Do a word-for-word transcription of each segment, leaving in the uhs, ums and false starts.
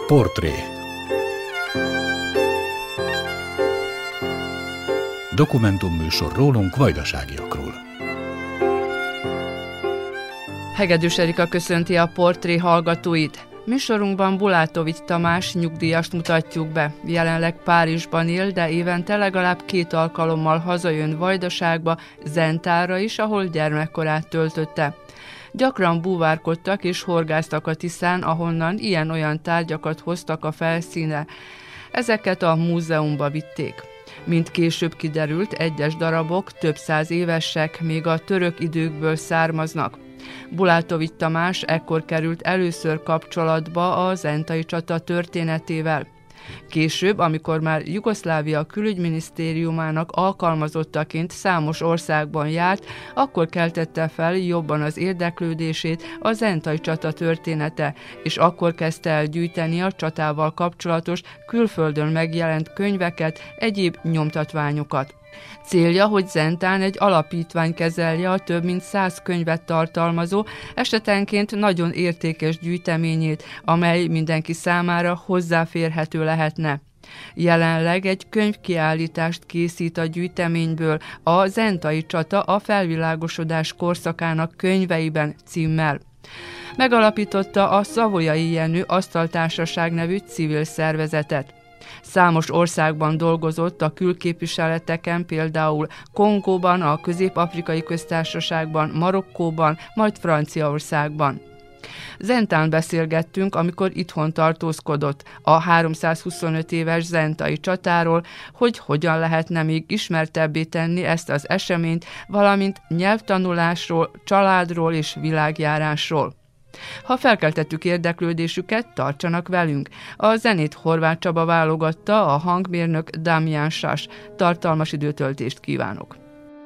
Portré. Dokumentumműsor rólunk, vajdaságiakról. Hegedűs Erika köszönti a Portré hallgatóit. Műsorunkban Bulátovics Tamás nyugdíjast mutatjuk be. Jelenleg Párizsban él, de évente legalább két alkalommal hazajön Vajdaságba, Zentárra is, ahol gyermekkorát töltötte. Gyakran búvárkodtak és horgáztak a Tiszán, ahonnan ilyen-olyan tárgyakat hoztak a felszínre. Ezeket a múzeumba vitték. Mint később kiderült, egyes darabok több száz évesek, még a török időkből származnak. Bulátovics Tamás ekkor került először kapcsolatba a zentai csata történetével. Később, amikor már Jugoszlávia külügyminisztériumának alkalmazottaként számos országban járt, akkor keltette fel jobban az érdeklődését a zentai csata története, és akkor kezdte el gyűjteni a csatával kapcsolatos külföldön megjelent könyveket, egyéb nyomtatványokat. Célja, hogy Zentán egy alapítvány kezelje a több mint száz könyvet tartalmazó, esetenként nagyon értékes gyűjteményét, amely mindenki számára hozzáférhető lehetne. Jelenleg egy könyvkiállítást készít a gyűjteményből, a Zentai csata a felvilágosodás korszakának könyveiben címmel. Megalapította a Savoyai Jenő Asztaltársaság nevű civil szervezetet. Számos országban dolgozott a külképviseleteken, például Kongóban, a Közép-Afrikai Köztársaságban, Marokkóban, majd Franciaországban. Zentán beszélgettünk, amikor itthon tartózkodott, a háromszázhuszonöt éves zentai csatáról, hogy hogyan lehetne még ismertebbé tenni ezt az eseményt, valamint nyelvtanulásról, családról és világjárásról. Ha felkeltettük érdeklődésüket, tartsanak velünk. A zenét Horváth Csaba válogatta, a hangmérnök Damian Sas. Tartalmas időtöltést kívánok!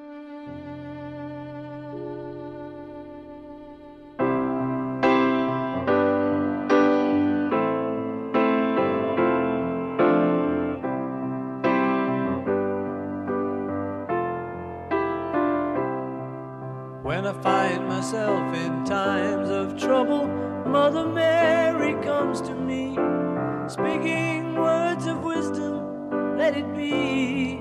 When I find myself in times of trouble, Mother Mary comes to me, speaking words of wisdom, let it be.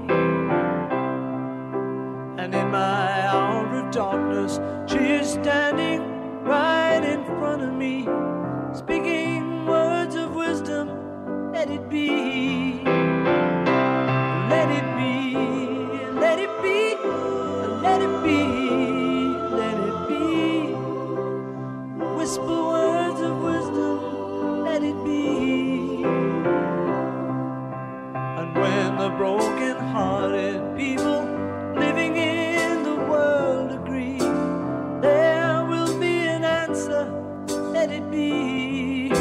And in my hour of darkness, she is standing right in front of me, speaking words of wisdom, let it be. Let it be, let it be, let it be. Whisper words of wisdom, let it be. And when the broken-hearted people living in the world agree, there will be an answer, let it be.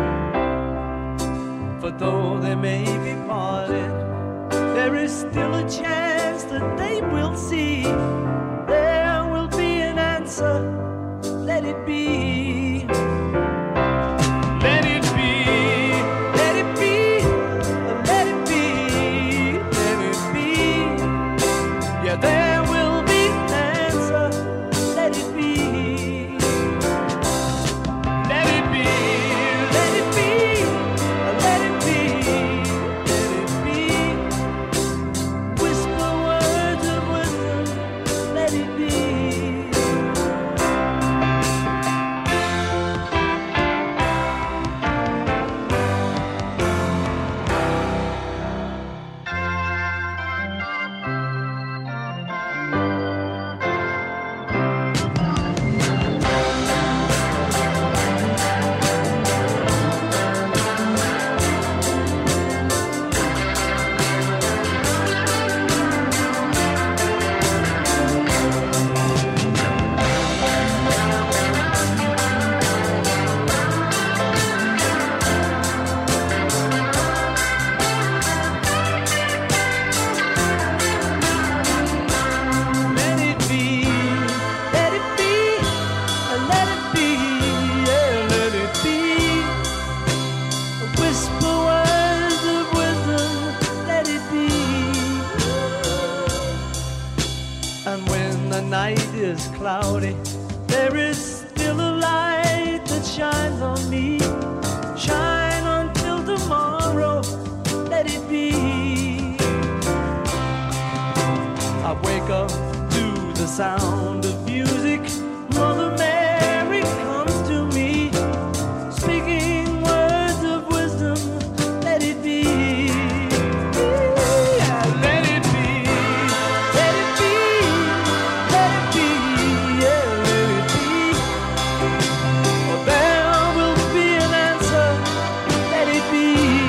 For though they may be parted, there is still a chance that they will see. There will be an answer, let it be. is cloudy, there is still a light that shines on me. Shine until America to the sound of music. Mother Mary comes to me, speaking words of wisdom. Let it be. Yeah, let it be. Let it be. Let it be. Yeah, let it be. For there will be an answer. Let it be.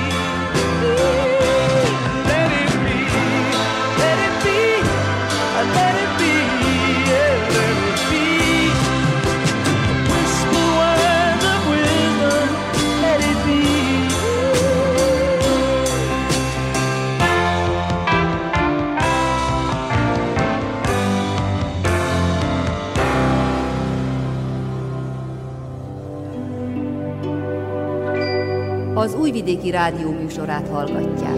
Let it be. Let it be. Let it be. Yeah, let it be. Whisper words of wisdom. Let it be. Az Újvidéki Rádió műsorát hallgatják.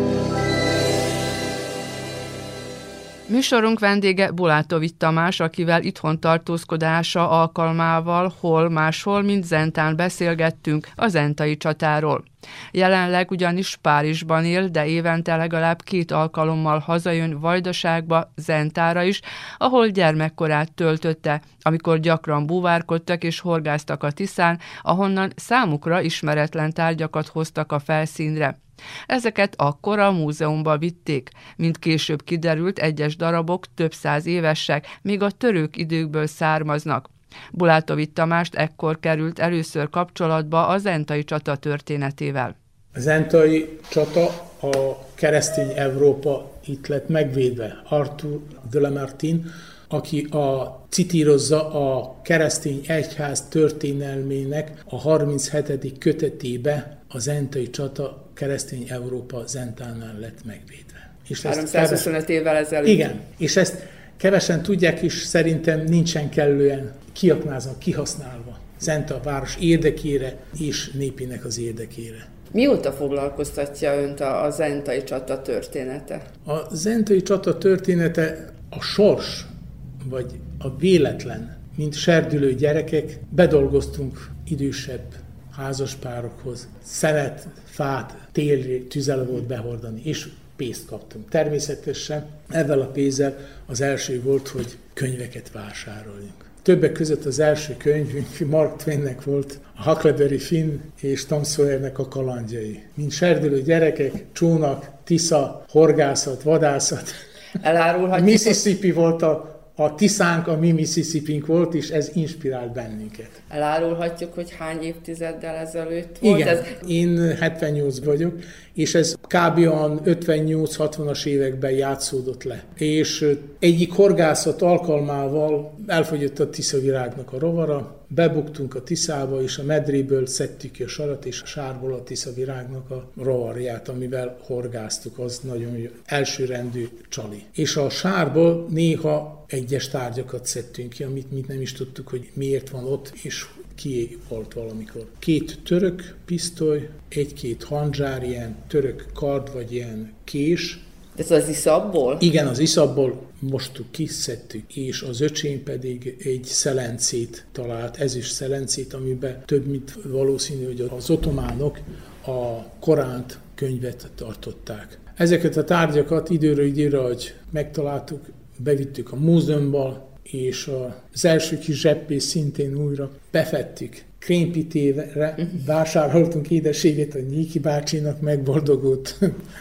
Műsorunk vendége Bulátovics Tamás, akivel itthon tartózkodása alkalmával hol máshol, mint Zentán beszélgettünk a zentai csatáról. Jelenleg ugyanis Párizsban él, de évente legalább két alkalommal hazajön Vajdaságba, Zentára is, ahol gyermekkorát töltötte, amikor gyakran búvárkodtak és horgáztak a Tiszán, ahonnan számukra ismeretlen tárgyakat hoztak a felszínre. Ezeket akkor a múzeumba vitték, mint később kiderült, egyes darabok több száz évesek, még a török időkből származnak. Bulátovics Tamást ekkor került először kapcsolatba a zentai csata történetével. A zentai csata, a keresztény Európa itt lett megvédve. Arthur de Lamartine, aki a, citírozza a keresztény egyház történelmének a harminchetedik kötetébe a zentai csata keresztény Európa Zentánál lett megvédve. És háromszázhuszonöt évvel ezelőtt. Igen, és ezt kevesen tudják, és szerintem nincsen kellően kiaknázva, kihasználva Zenta város érdekére és népének az érdekére. Mióta foglalkoztatja önt a, a zentai csata története? A zentai csata története a sors, vagy a véletlen, mint serdülő gyerekek, bedolgoztunk idősebb házaspárokhoz. Szenet, fát, téli tüzel volt behordani, és pénzt kaptunk. Természetesen ezzel a pénzzel az első volt, hogy könyveket vásároljunk. Többek között az első könyvünk Mark Twainnek volt, a Huckleberry Finn és Tom Sawyernek a kalandjai. Mint serdülő gyerekek, csónak, Tisza, horgászat, vadászat. Elárulhatjuk. Mississippi volt a A Tiszánk, a mi Mississippink volt, és ez inspirált bennünket. Elárulhatjuk, hogy hány évtizeddel ezelőtt volt? Igen, ez... én hetvennyolc vagyok, és ez kb. ötvennyolc-hatvanas években játszódott le. És egyik horgászat alkalmával elfogyott a tiszavirágnak a rovara, bebuktunk a Tiszába, és a medréből szedtük ki a sarat, és a sárból a tiszavirágnak a rovarját, amivel horgáztuk, az nagyon jó, elsőrendű csali. És a sárból néha egyes tárgyakat szedtünk ki, amit mit nem is tudtuk, hogy miért van ott, és ki volt valamikor. Két török pisztoly, egy-két handzsár, ilyen török kard, vagy ilyen kés. Ez az iszapból? Igen, az iszapból mostuk ki, szedtük, és az öcsém pedig egy szelencét talált, ezüst szelencét, amiben több mint valószínű, hogy az ottománok a Koránt könyvet tartották. Ezeket a tárgyakat időről időre, hogy megtaláltuk, bevittük a múzeumba, és az első kis zseppés szintén újra befettük. Krémpitévre vásároltunk édességet a Nyíki bácsinak, megboldogult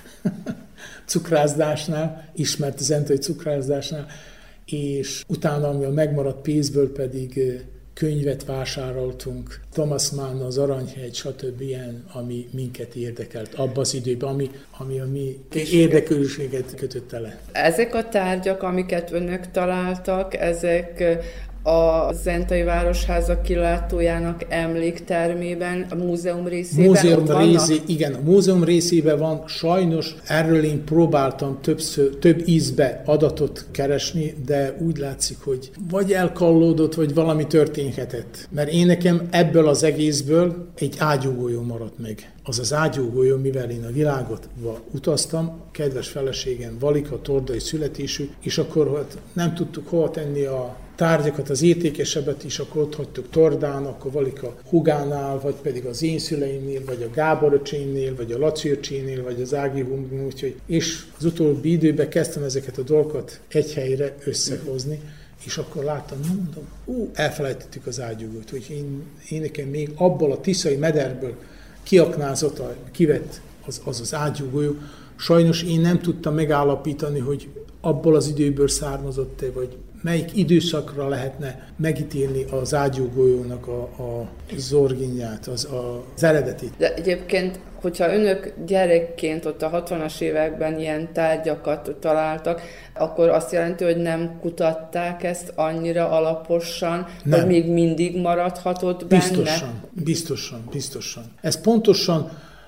cukrászdásnál, ismert a zentai cukrászdásnál, és utána, ami a megmaradt pénzből pedig könyvet vásároltunk, Thomas Mann, az Aranyhegy, stb. Ilyen, ami minket érdekelt abban az időben, ami, ami a mi érdeklődésünket kötötte le. Ezek a tárgyak, amiket önök találtak, ezek a Zentai Városháza kilátójának emléktermében, a múzeum részében múzeum ott vannak? Részé, igen, a múzeum részében van. Sajnos erről én próbáltam többször, több ízbe adatot keresni, de úgy látszik, hogy vagy elkallódott, vagy valami történhetett. Mert én nekem ebből az egészből egy ágyúgolyó maradt meg. Az az ágyúgolyó, mivel én a világot utaztam, kedves feleségem Valika, tordai születésű, és akkor nem tudtuk hova tenni a tárgyakat, az értékesebbet is, akkor ott hagytuk Tordán, akkor valik a hugánál, vagy pedig az én szüleimnél, vagy a Gábor öcsémnél, vagy a Laci öcsémnél, vagy az Ági Humnél, úgyhogy, és az utóbbi időben kezdtem ezeket a dolgokat egy helyre összehozni, és akkor láttam, mondom, ú, elfelejtettük az ágyúgót, hogy én, én nekem még abból a tiszai mederből kiaknázott, a, kivett az az, az ágyúgó. Sajnos én nem tudtam megállapítani, hogy abból az időből származott-e, vagy melyik időszakra lehetne megítélni az ágyúgolyónak a, a zorginját, az, a, az eredetét. De egyébként, hogyha önök gyerekként ott a hatvanas években ilyen tárgyakat találtak, akkor azt jelenti, hogy nem kutatták ezt annyira alaposan, nem. Hogy még mindig maradhatott benne? Biztosan, biztosan, biztosan. Ez pontosan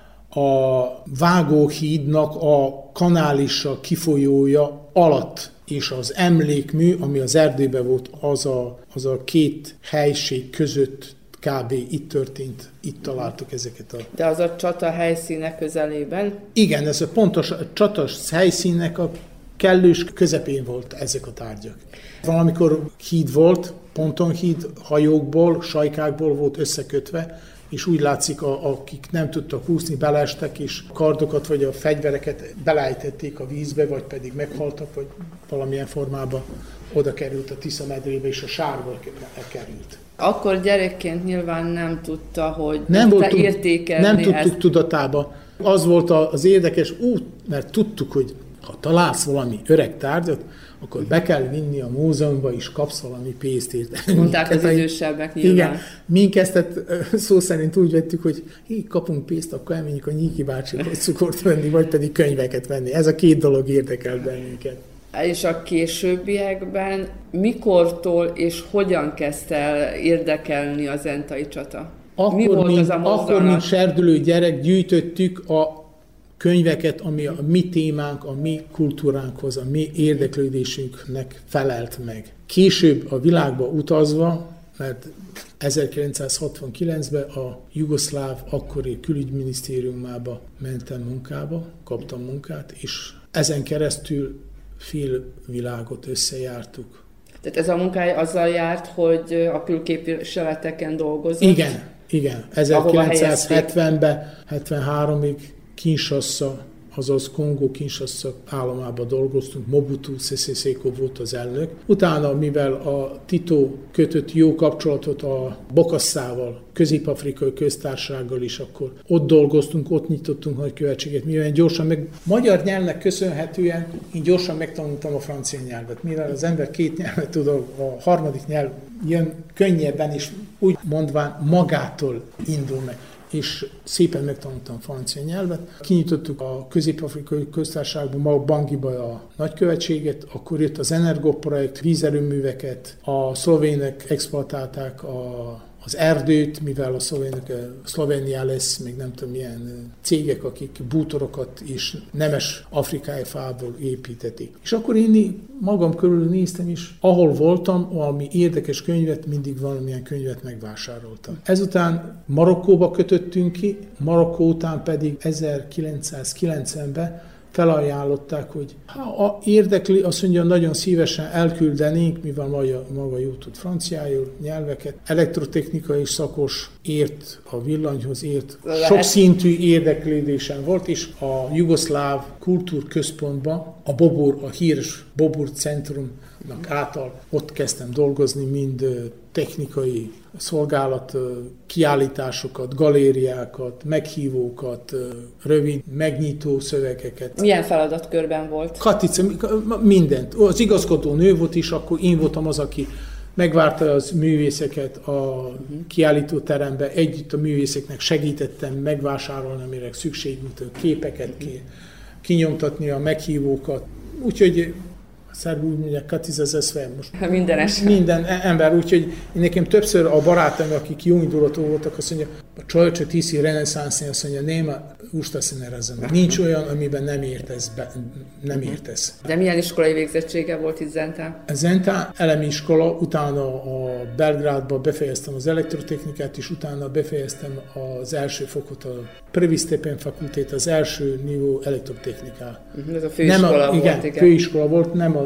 a Vágóhídnak a kanálisra kifolyója alatt, és az emlékmű, ami az erdőben volt, az a, az a két helység között kb. Itt történt, itt találtuk ezeket a... De az a csata helyszíne közelében? Igen, ez a pontos a csata helyszínnek a kellős közepén volt ezek a tárgyak. Valamikor híd volt, pontonhíd, hajókból, sajkákból volt összekötve, és úgy látszik, a, akik nem tudtak úszni, beleestek, és kardokat vagy a fegyvereket beleejtették a vízbe, vagy pedig meghaltak, vagy valamilyen formában oda került a Tisza medrébe, és a sárba került. Akkor gyerekként nyilván nem tudta, hogy nem volt, értékelni Nem tudtuk ezt. tudatába. Az volt az érdekes út, mert tudtuk, hogy ha találsz valami öreg tárgyat, akkor be kell vinni a múzeumba, és kapsz valami pénzt érte. Mondták az idősebbek nyilván. Igen, mink ezt szó szerint úgy vettük, hogy így kapunk pénzt, akkor elmenjük a Nyíki bácsihoz cukort venni, vagy pedig könyveket venni. Ez a két dolog érdekel bennünket. És a későbbiekben mikortól és hogyan kezdte el érdekelni a zentai csata? Akkor, Mi volt mint, az a mozzanat? Akkor, mint serdülő gyerek, gyűjtöttük a könyveket, ami a mi témánk, a mi kultúránkhoz, a mi érdeklődésünknek felelt meg. Később a világba utazva, mert ezerkilencszázhatvankilencben a jugoszláv akkori külügyminisztériumába mentem munkába, kaptam munkát, és ezen keresztül fél világot összejártuk. Tehát ez a munkája azzal járt, hogy a külképviseleteken dolgozott? Igen, igen. ezerkilencszázhetvenben, hetvenháromig Kinshasa, azaz Kongó Kinshasa államában dolgoztunk, Mobutu Sese Seko volt az elnök. Utána, mivel a Tito kötött jó kapcsolatot a Bokasszával, Közép-Afrikai Köztársasággal is, akkor ott dolgoztunk, ott nyitottunk nagykövetséget, mivel gyorsan meg magyar nyelvnek köszönhetően én gyorsan megtanultam a francia nyelvet, mivel az ember két nyelvet tud, a harmadik nyelv jön könnyebben, és úgy mondván magától indul meg. És szépen megtanultam francia nyelvet. Kinyitottuk a Közép-Afrikai Köztársaságban, ma Bangiba a nagykövetséget, akkor jött az Energo projekt, vízerőműveket, a szlovének exploatálták a, az erdőt, mivel a szlovének, Szlovénia lesz, még nem tudom milyen cégek, akik bútorokat és nemes afrikai fából építették. És akkor én magam körül néztem is, ahol voltam, valami érdekes könyvet, mindig valamilyen könyvet megvásároltam. Ezután Marokkóba kötöttünk ki, Marokkó után pedig ezerkilencszázkilencvenben felajánlották, hogy ha érdekli, azt mondja, nagyon szívesen elküldenénk, mivel maga, maga jó tud franciául, nyelveket, elektrotechnikai szakos, ért a villanyhoz, ért sokszintű érdeklődésem volt, és a Jugoszláv Kultúrközpontban, a Bobor, a híres Bobor Centrumnak által ott kezdtem dolgozni, mind technikai szolgálat, kiállításokat, galériákat, meghívókat, rövid, megnyitó szövegeket. Milyen feladatkörben volt? Katica, mindent. Az igazgató nő volt is, akkor én voltam az, aki megvárta az művészeket a kiállító terembe, együtt a művészeknek segítettem megvásárolni, amire szükség volt, képeket kinyomtatni, a meghívókat. Úgyhogy szerb úgy mondják, katizazeszve most. Mindenes. Minden ember, úgyhogy nekem többször a barátom, akik jó indulatú voltak, azt mondja, a csajcsa tiszi reneszánszni, azt mondja, néma ústaszinerezem. Nincs olyan, amiben nem értesz. Be, nem értesz. De milyen iskolai végzettsége volt itt Zentán? Zentán elemi iskola, utána a Belgrádba befejeztem az elektrotechnikát, és utána befejeztem az első fokot, a Prvi Stepen fakultét, az első nívó elektrotechnikát. Ez a főiskola nem a, volt, igen. igen. főiskola volt, nem a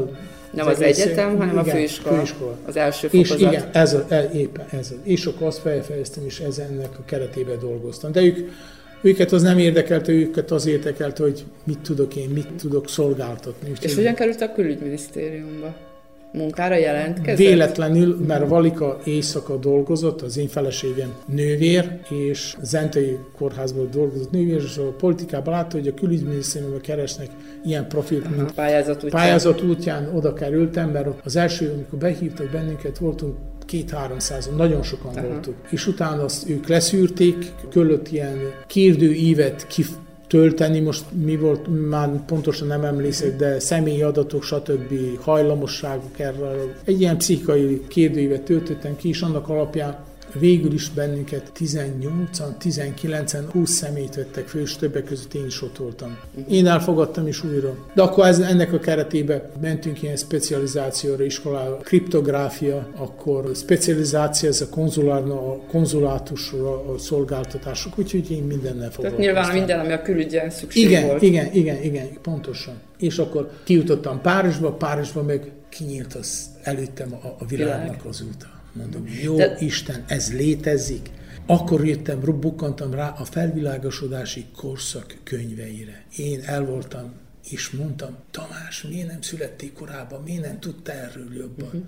Nem az, az egyetem, hanem igen, a főiskola, főiskola. Az első fokozat. És igen, ez a, ez, éppen ez. És akkor azt felfejeztem, és ez ennek a keretében dolgoztam. De ők, őket az nem érdekelte, őket az érdekelte, hogy mit tudok én, mit tudok szolgáltatni. És hogyan került a külügyminisztériumba? Munkára jelentkezett? Véletlenül, mert a Valika éjszaka dolgozott, az én feleségem nővér, és Zentai kórházban dolgozott nővér, és a politikában látta, hogy a külügyminisztériumban keresnek ilyen profilt, mint pályázat útján. pályázat útján oda kerültem, mert az első, amikor behívtak bennünket, voltunk két-háromszázan, nagyon sokan Aha. voltunk. És utána azt ők leszűrték, kellett ilyen kérdőívet kif tölteni, most mi volt, már pontosan nem emlékszek, de személyi adatok, stb. Hajlamosságok erről. Egy ilyen pszichikai kérdőívet töltöttem ki, és annak alapján végül is bennünket tizennyolcan, tizenkilencen, húsz személyt vettek föl, és többek között én is ott voltam. Én elfogadtam is újra. De akkor ez, ennek a keretében mentünk ilyen specializációra, iskolára, kriptográfia, akkor specializáció, ez a konzulárna, a konzulátusra, a szolgáltatások, úgyhogy én mindennel foglalkoztam. Tehát nyilván minden, ami a külügyen szükség igen, volt. Igen, igen, igen, pontosan. És akkor kijutottam Párizsba, Párizsba meg kinyílt az előttem a, a világnak az úta. Mondom, jó De... Isten, ez létezik. Akkor jöttem, bukkantam rá a felvilágosodási korszak könyveire. Én el voltam, és mondtam, Tamás, miért nem születtél korábban, miért nem tudtál erről jobban? Uh-huh.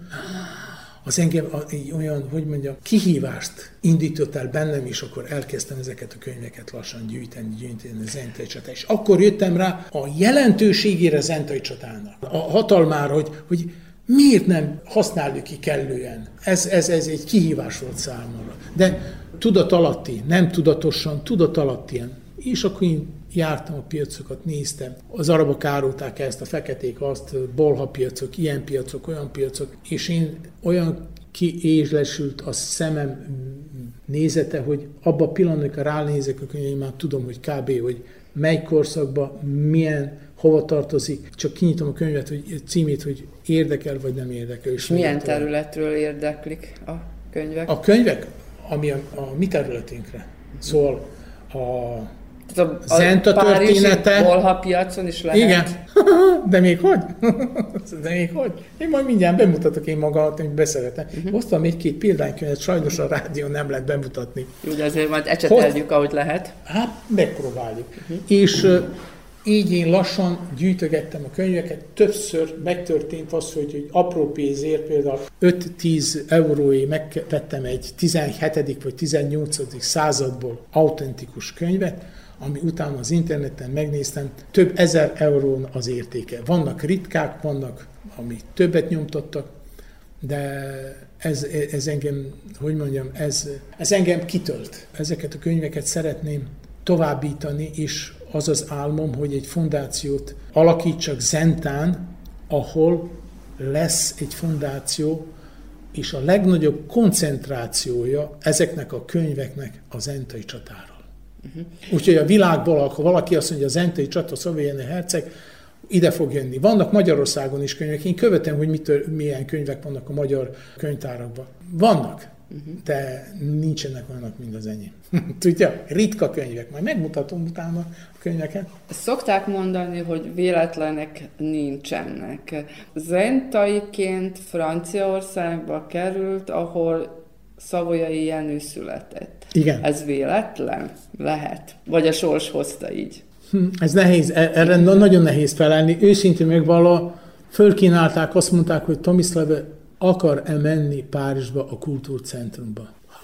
Az engem egy olyan, hogy mondjam, kihívást indított el bennem, és akkor elkezdtem ezeket a könyveket lassan gyűjteni, gyűjteni a Zentai csatát. És akkor jöttem rá a jelentőségére a Zentai csatának. A hatalmára, hogy, hogy miért nem használjuk ki kellően? Ez, ez, ez egy kihívás volt számomra. De tudatalatti, nem tudatosan, tudatalattian. És akkor én jártam a piacokat, néztem. Az arabok árulták ezt, a feketék azt, bolhapiacok, ilyen piacok, olyan piacok. És én olyan kiézlesült a szemem nézete, hogy abban a pillanatban, amikor ránézek a könyvén, már tudom, hogy kb. Hogy mely korszakban, milyen, hova tartozik, csak kinyitom a könyvet, hogy címét, hogy érdekel vagy nem érdekel. És milyen területről érdeklik a könyvek? A könyvek, ami a, a mi területünkre szól, a a, Zenta története. A bolha piacon is lehet. Igen, de még hogy? De még hogy? Én majd mindjárt bemutatok én magamat, amit beszeretem. Uh-huh. Hoztam egy-két példánykönyvet, sajnos a rádió nem lehet bemutatni. Ugye azért majd ecseteljük, Hoz... ahogy lehet. Hát, megpróbáljuk. Uh-huh. És uh, így én lassan gyűjtögettem a könyveket. Többször megtörtént az, hogy, hogy apró pénzért, például öt-tíz euróért megvettem egy tizenhetedik vagy tizennyolcadik századból autentikus könyvet, ami utána az interneten megnéztem, több ezer eurón az értéke. Vannak ritkák, vannak, ami többet nyomtattak, de ez, ez engem, hogy mondjam, ez, ez engem kitölt. Ezeket a könyveket szeretném továbbítani, és az az álmom, hogy egy fondációt alakítsak Zentán, ahol lesz egy fondáció, és a legnagyobb koncentrációja ezeknek a könyveknek a zentai csatára. Uh-huh. Úgyhogy a világból, ha valaki azt mondja, a Zentai csata, Szavalyenyi herceg, ide fog jönni. Vannak Magyarországon is könyvek. Én követem, hogy mitől, milyen könyvek vannak a magyar könyvtárakban. Vannak, uh-huh. de nincsenek olyanok, mint az enyém. Tudja? Ritka könyvek. Majd megmutatom utána a könyveket. Szokták mondani, hogy véletlenek nincsenek. Zentaiként Franciaországba került, ahol Szavalyenyi Jenő született. Igen. Ez véletlen? Lehet. Vagy a sors hozta így? Hm, ez nehéz, erre nagyon nehéz felelni. Őszintén megvaló, fölkínálták, azt mondták, hogy Tomislav akar-e menni Párizsba a kultúrcentrumba.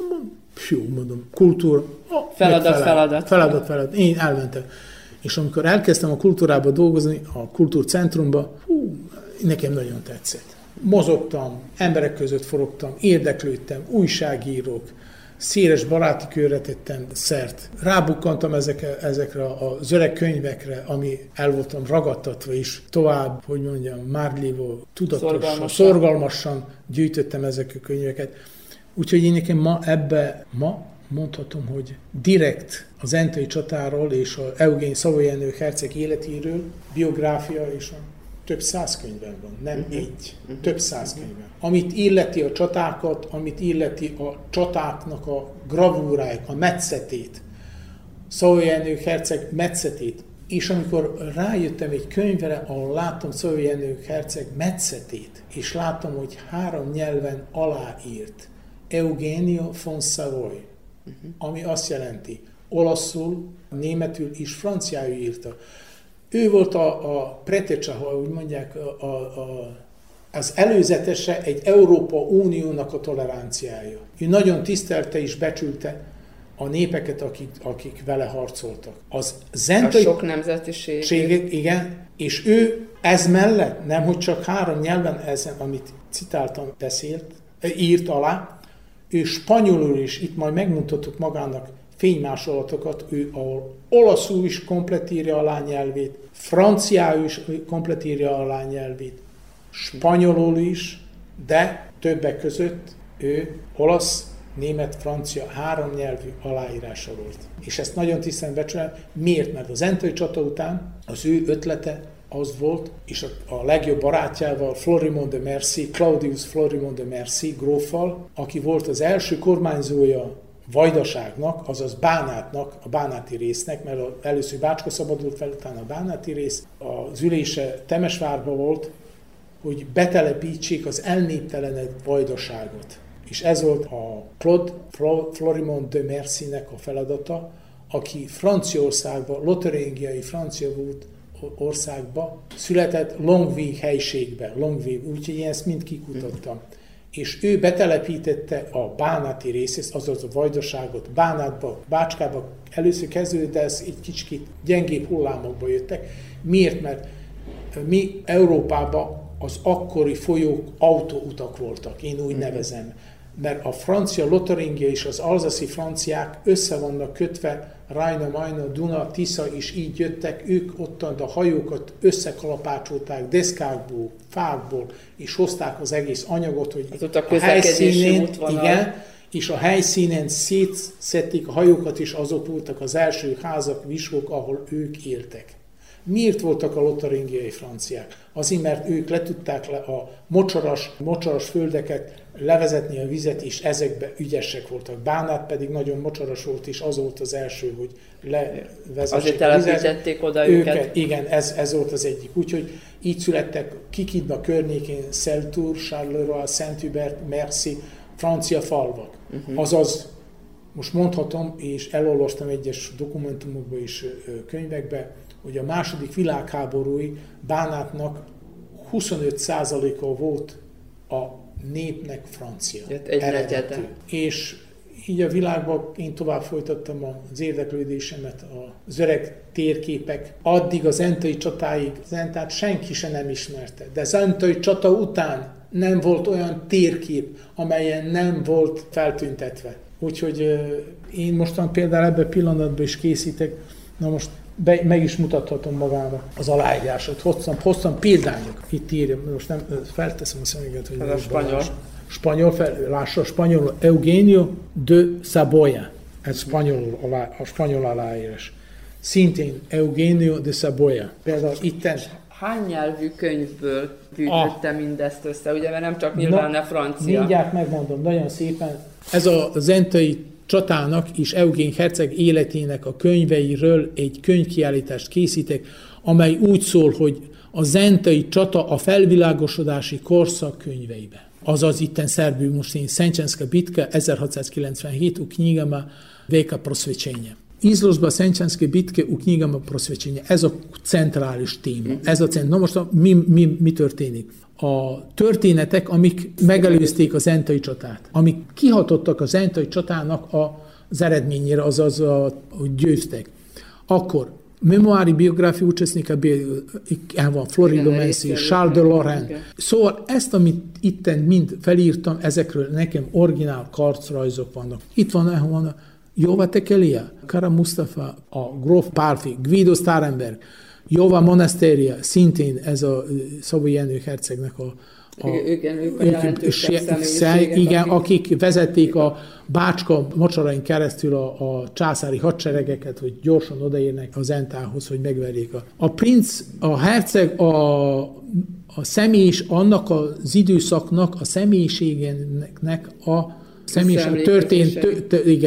Jó, mondom, kultúr... Oh, feladat, feladat. Feladat, feladat. Én elmentem. És amikor elkezdtem a kultúrába dolgozni, a kultúrcentrumba, hú, nekem nagyon tetszett. Mozogtam, emberek között forogtam, érdeklődtem, újságírók, széles baráti körre tettem szert. Rábukkantam ezekre, ezekre az öreg könyvekre, ami el voltam ragadtatva is. Tovább, hogy mondjam, márlévó, tudatosan, szorgalmasan. szorgalmasan gyűjtöttem ezeket a könyveket. Úgyhogy én nekem ma ebbe, ma mondhatom, hogy direkt a Zentai csatáról és a Eugén Szavalyenyi herceg életéről, biográfia és a több száz könyvben van, nem uh-huh. egy, uh-huh. több száz uh-huh. könyvben. Amit illeti a csatákat, amit illeti a csatáknak a gravúrájuk, a metszetét, Szavalyenyi herceg metszetét, És amikor rájöttem egy könyvre, ahol láttam Szabó Jenő herceg metszetét, és láttam, hogy három nyelven aláírt Eugenio von Savoy, uh-huh. ami azt jelenti, olaszul, németül és franciául írta. Ő volt a, a pretecsa, ha úgy mondják, a, a, a, az előzetese egy Európa Uniónak a toleranciája. Ő nagyon tisztelte és becsülte a népeket, akik, akik vele harcoltak. Az zentai... A sok nemzetiség. Igen, és ő ez mellett, nem hogy csak három nyelven ezen, amit citáltam, beszélt, írt alá, ő spanyolul is, itt majd megmutattuk magának fénymásolatokat, ő ahol olaszul is komplet írja alá nyelvét, franciául is komplet írja alá nyelvét, spanyolul is, de többek között ő olasz, német, francia, három nyelvű aláírása volt. És ezt nagyon tisztán becsülem. Miért? Mert az Zentai csata után az ő ötlete az volt, és a, a legjobb barátjával, Florimond de Mercy, Claudius Florimond de Mercy gróffal, aki volt az első kormányzója Vajdaságnak, azaz Bánátnak, a bánáti résznek, mert először Bácska szabadult fel, utána a bánáti rész. Az ülése Temesvárban volt, hogy betelepítsék az elnéptelenedett Vajdaságot. És ez volt a Claude Florimond de Mercy-nek a feladata, aki Franciaországban, lotaringiai francia volt országba, született Longwy helységbe, Longwy, úgyhogy én ezt mind kikutattam. És ő betelepítette a bánáti részét, azaz a Vajdaságot Bánátba, Bácskába, először kezdődött, de ez egy kicsit gyengébb hullámokba jöttek. Miért? Mert mi Európában az akkori folyók autóutak voltak, én úgy nevezem. Mert a francia Lotaringia és az alzaszi franciák össze vannak kötve, Rajna, Majna, Duna, Tisza is így jöttek, ők ottan a hajókat összekalapácsolták deszkákból, fákból, és hozták az egész anyagot, hogy a helyszínen, igen, és a helyszínen szétszedték a hajókat, és azok voltak az első házak, visvok, ahol ők éltek. Miért voltak a lotaringiai franciák? Azért, mert ők le tudták le a mocsaras, mocsaras földeket levezetni a vizet, és ezekbe ügyesek voltak. Bánát pedig nagyon mocsaras volt, és az volt az első, hogy levezessék a vizet. Azért oda őket. őket. Igen, ez, ez volt az egyik. Úgyhogy így születtek Kikidna környékén Szeltúr, Charleroi, Saint-Hubert, Merci, francia falvak. Uh-huh. Azaz, most mondhatom, és elolvastam egyes dokumentumokba és könyvekbe, hogy a második világháborúi Bánátnak huszonöt százaléka volt a népnek francia. Egy és így a világban én tovább folytattam az érdeklődésemet az öreg térképek. Addig az zentai csatáig Zentát senki se nem ismerte. De zentai csata után nem volt olyan térkép, amelyen nem volt feltüntetve. Úgyhogy én mostan például ebben a pillanatban is készítek. Na most Be, meg is mutathatom magának az aláírásot. Hoztam, hoztam példányok. Itt írja, most nem felteszem a szemüket, hogy... Ez a spanyol. Spanyol, fel, lássa a spanyol, Eugenio de Saboya. Ez spanyol, a spanyol aláírás. Szintén Eugenio de Saboya. Például itten... Hány nyelvű könyvből gyűjtötte ah. mindezt össze? Ugye, mert nem csak nyilván a francia. Mindjárt megmondom, nagyon szépen. Ez a zentai csatának és Eugén herceg életének a könyveiről egy könyvkiállítást készítek, amely úgy szól, hogy a zentai csata a felvilágosodási korszak könyveibe. Azaz itten szerbül most én Senčanska bitka ezerhatszázkilencvenhét u knjigama Veka prosvećenja. Izložba Senčanske bitke u knjigama prosvećenja. Ez a centrális téma. Ez a cent... Na most a, mi, mi, mi történik? A történetek, amik megelőzték a zentai csatát, amik kihatottak a zentai csatának az eredményére, azaz, a, hogy győztek. Akkor memoári biográfia učesnika, el van Florido Messi, Charles de Lorraine. Szóval ezt, amit itten mind felírtam, ezekről nekem originál karcrajzok vannak. Itt van, van a Jova Tekelia, Kara Mustafa, a gróf Pálfi, Guido Starenberg, Jova Monasteria, szintén ez a Szabó Jenő hercegnek a, a, igen, ők a jelentősebb igen, akik vezették a Bácska mocsarain keresztül a, a császári hadseregeket, hogy gyorsan odaérnek az Zentához, hogy megverjék. A, a princ, a herceg, a, a személyis, annak az időszaknak, a személyiségének a személyiség történt, tö, tö, igen,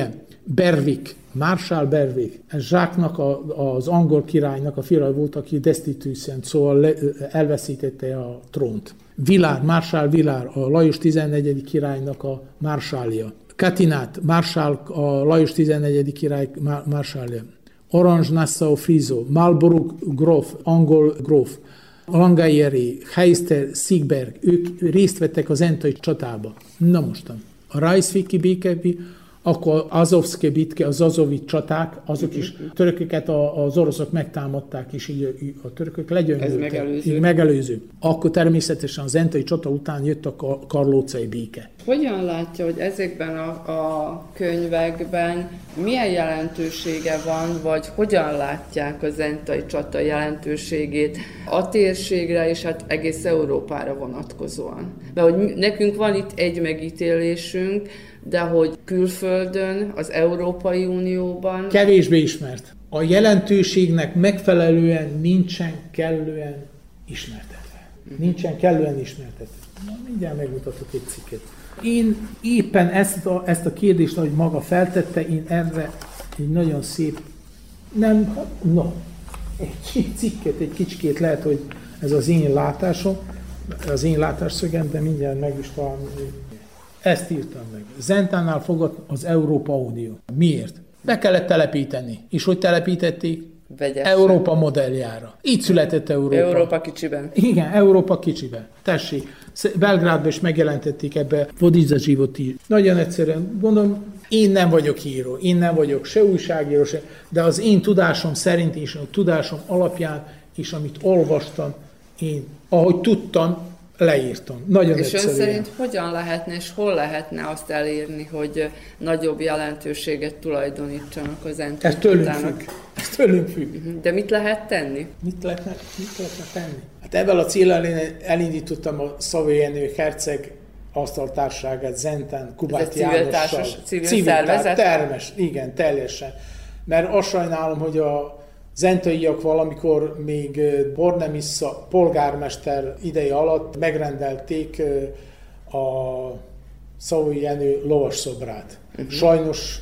Berwick, Marshal Berwick, Zsáknak, az angol királynak a fia volt, aki destitution, szóval le, elveszítette a trónt. Villars, Marshal Villars, a Lajos tizennegyedik királynak a marsalja. Catinat, Marshal, a Lajos tizennegyedik király marsalja. Orange-Nassau Friso, Marlborough gróf, angol gróf, Langaeri, Heister, Siegberg, ők részt vettek az entai csatába. Na mostan, a Rajszviki békebi, akkor Azovszki bitke, az azovi csaták, azok is törököket az oroszok megtámadták, és így a törökök legyöngültek. Ez megelőző. Így megelőző. Akkor természetesen az entai csata után jött a karlócai béke. Hogyan látja, hogy ezekben a, a könyvekben milyen jelentősége van, vagy hogyan látják az entai csata jelentőségét a térségre, és hát egész Európára vonatkozóan? Mert hogy nekünk van itt egy megítélésünk, de hogy külföldön, az Európai Unióban... Kevésbé ismert. A jelentőségnek megfelelően nincsen kellően ismertetve. Nincsen kellően ismertetve. Na, mindjárt megmutatok egy cikket. Én éppen ezt a, ezt a kérdést, ahogy maga feltette, én erre egy nagyon szép... Nem, no, egy cikket, egy kicsikét lehet, hogy ez az én látásom, az én látásszögem, de mindjárt meg is találom. Ezt írtam meg. Zentánál fogott az Európa Unió. Miért? Be kellett telepíteni. És hogy telepítették? Vegyesen. Európa modelljára. Így született Európa. Európa kicsiben. Igen, Európa kicsiben. Tessék, Belgrádban is megjelentették ebbe Vodica Životi. Nagyon egyszerűen, gondolom, én nem vagyok író, én nem vagyok se újságíró, se, de az én tudásom szerint és a tudásom alapján, és amit olvastam, én, ahogy tudtam, leírtam. Nagyon és egyszerűen. ön szerint hogyan lehetne és hol lehetne azt elérni, hogy nagyobb jelentőséget tulajdonítsanak az entai Ez tőlünk csatának? függ. Ez tőlünk függ. De mit lehet tenni? Mit lehetne, mit lehetne tenni? Hát ebben a céllal én elindítottam a Savoy Jenő herceg asztaltárságát Zentán, Kubáti Jánossal. Civil, civil szervezet? Termes, igen, teljesen. Mert azt sajnálom, hogy a zentaiak valamikor még Bornemissza polgármester ideje alatt megrendelték a Savoy Jenő lovasszobrát. Uh-huh. Sajnos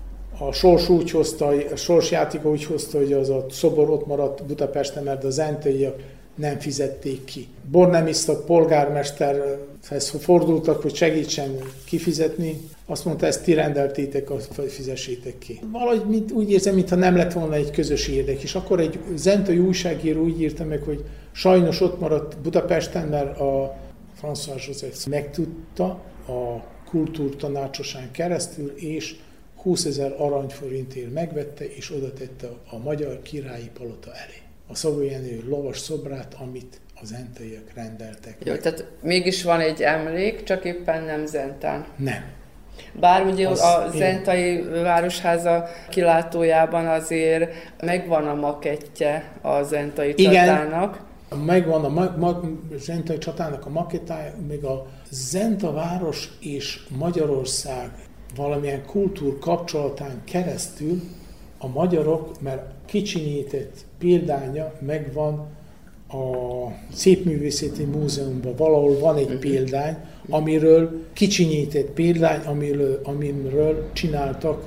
a sors úgy hozta, a sorsjátéka úgy hozta, hogy az a szobor ott maradt Budapesten, mert a zentaiak nem fizették ki. Bornemissza polgármesterhez fordultak, hogy segítsen kifizetni. Azt mondta, ezt ti rendeltétek, azt fizessétek ki. Valahogy mint, úgy érzem, mintha nem lett volna egy közös érdek. És akkor egy zentai újságíró úgy írta meg, hogy sajnos ott maradt Budapesten, mert a François Joseph megtudta a kultúrtanácsosán keresztül, és húszezer aranyforintért megvette, és oda tette a Magyar Királyi Palota elé. A Savoy Jenő lovas szobrát, amit az zentaiak rendeltek. Jó, meg. Tehát mégis van egy emlék, csak éppen nem Zentán. Nem. Bár ugye az a én... Zentai Városháza kilátójában azért megvan a makettje a zentai csatának. Igen, megvan a ma- ma- zentai csatának a makettája, még a Zenta város és Magyarország valamilyen kultúr kapcsolatán keresztül a magyarok, mert kicsinyített példánya megvan a Szépművészeti Múzeumban, valahol van egy uh-huh. példány, amiről kicsinyített példány, amiről, amiről csináltak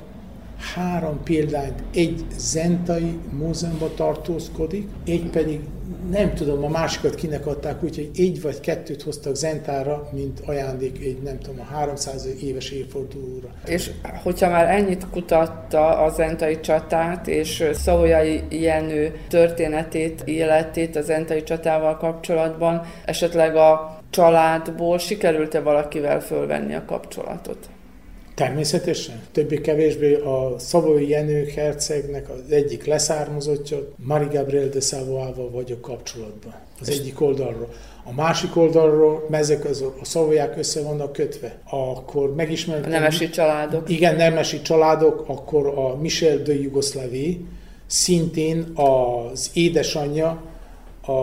három példányt. Egy zentai múzeumban tartózkodik, egy pedig nem tudom, a másikat kinek adták, úgyhogy egy vagy kettőt hoztak Zentára, mint ajándék egy, nem tudom, a háromszáz éves évfordulóra. És hogyha már ennyit kutatta a zentai csatát, és Savoyai Jenő történetét, életét a zentai csatával kapcsolatban, esetleg a családból sikerült-e valakivel fölvenni a kapcsolatot? Természetesen. Többé-kevésbé a Savoy Jenő hercegnek az egyik leszármazottja, Marie Gabrielle de Savoyával vagyok kapcsolatban. Az egyik oldalról. A másik oldalról, ezek az, a Savoyák össze vannak kötve. Akkor megismertem... A nemesi családok. Igen, nemesi családok, akkor a Michel de Jugoslavie, szintén az édesanyja, a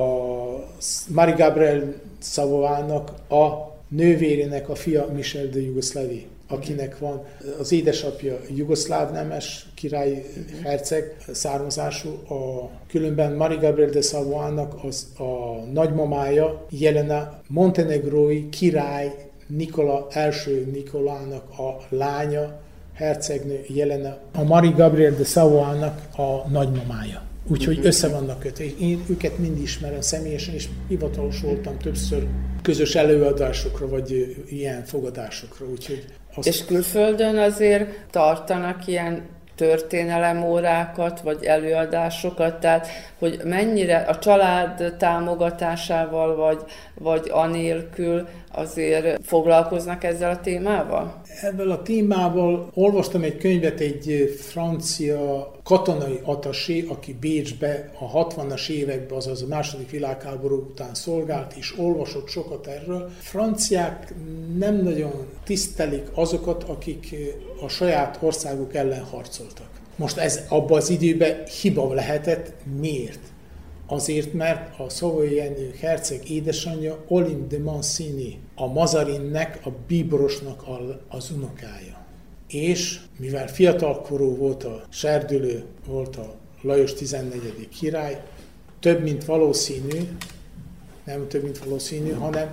Marie Gabrielle Savoyának a nővérének a fia Michel de Jugoslavie, akinek van az édesapja jugoszláv nemes király herceg származású, a különben Marie Gabrielle de Savoyának az a nagymamája Jelena montenegrói király Nikola első Nikolának a lánya, hercegnő Jelena, a Marie Gabrielle de Savoie-nak a nagymamája. Úgyhogy össze vannak kötve. Én őket mind ismerem személyesen, és hivatalos voltam többször közös előadásokra, vagy ilyen fogadásokra. Úgyhogy azt... És külföldön azért tartanak ilyen történelemórákat, vagy előadásokat, tehát hogy mennyire a család támogatásával, vagy, vagy anélkül azért foglalkoznak ezzel a témával? Ebből a témával olvastam egy könyvet, egy francia katonai atasé, aki Bécsbe a hatvanas években, azaz a második világháború után szolgált, és olvasott sokat erről. Franciák nem nagyon tisztelik azokat, akik a saját országuk ellen harcoltak. Most ez abban az időben hiba lehetett. Miért? Azért, mert a Savoye Jenő herceg édesanyja Olympe de Mancini, a Mazarinnek, a bíborosnak az unokája. És mivel fiatalkorú volt a serdülő, volt a Lajos tizennegyedik király, több mint valószínű, nem több mint valószínű, hanem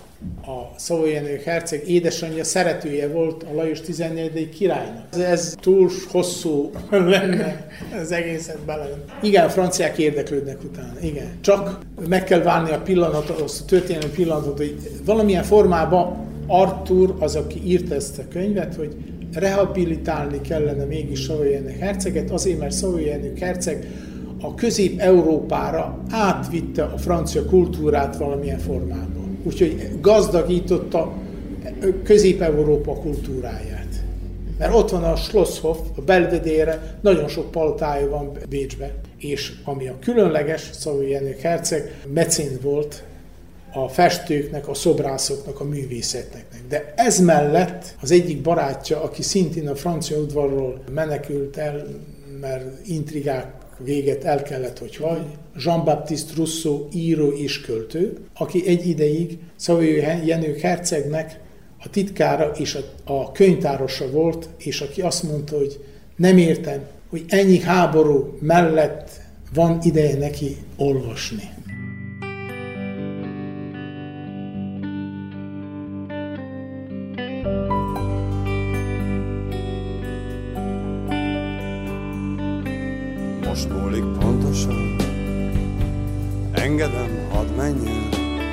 a Savoye Jenő herceg édesanyja szeretője volt a Lajos tizennegyedik királynak. Ez túl hosszú lenne az egészet bele. Igen, a franciák érdeklődnek utána, igen. Csak meg kell várni a pillanatot, azt a történelmi pillanatot, hogy valamilyen formában Arthur, az, aki írta ezt a könyvet, hogy rehabilitálni kellene mégis Savoye Jenő herceget, azért, mert Savoye Jenő herceg a Közép-Európára átvitte a francia kultúrát valamilyen formában. Úgyhogy gazdagította Közép-Európa kultúráját. Mert ott van a Schlosshof, a Belvedére, nagyon sok palotája van Bécsbe, és ami a különleges, Savoye Jenő herceg mecén volt a festőknek, a szobrászoknak, a művészetnek. De ez mellett az egyik barátja, aki szintén a francia udvarról menekült el, mert intrigák véget el kellett, hogy hagy, Jean-Baptiste Rousseau író és költő, aki egy ideig Savoye Jenő hercegnek a titkára és a, a könyvtárosa volt, és aki azt mondta, hogy nem értem, hogy ennyi háború mellett van ideje neki olvasni. Most múlik pontosan, engedem, hadd menjen.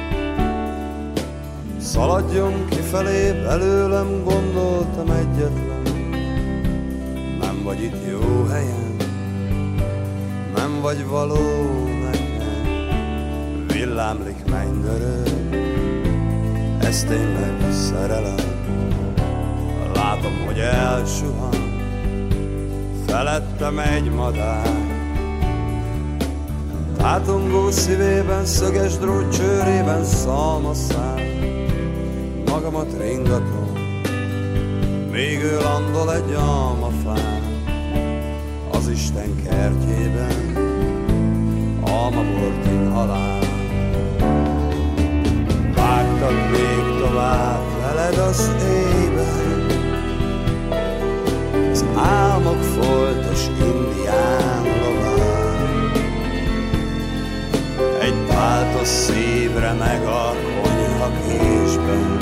Szaladjon kifelé, belőlem gondoltam egyetlen. Nem vagy itt jó helyen, nem vagy való nekem. Villámlik mennydörög, ez tényleg szerelem. Látom, hogy elsuhan felettem egy madár. Tátongó szívében, szöges drót csőrében szalmaszál. Magamat ringatom, még ő landol egy almafán. Az Isten kertjében almabortin halál. Vágtak még tovább veled az éjben, az álmok foltos indián lován. Egy páltos szívre meg a konyha késben,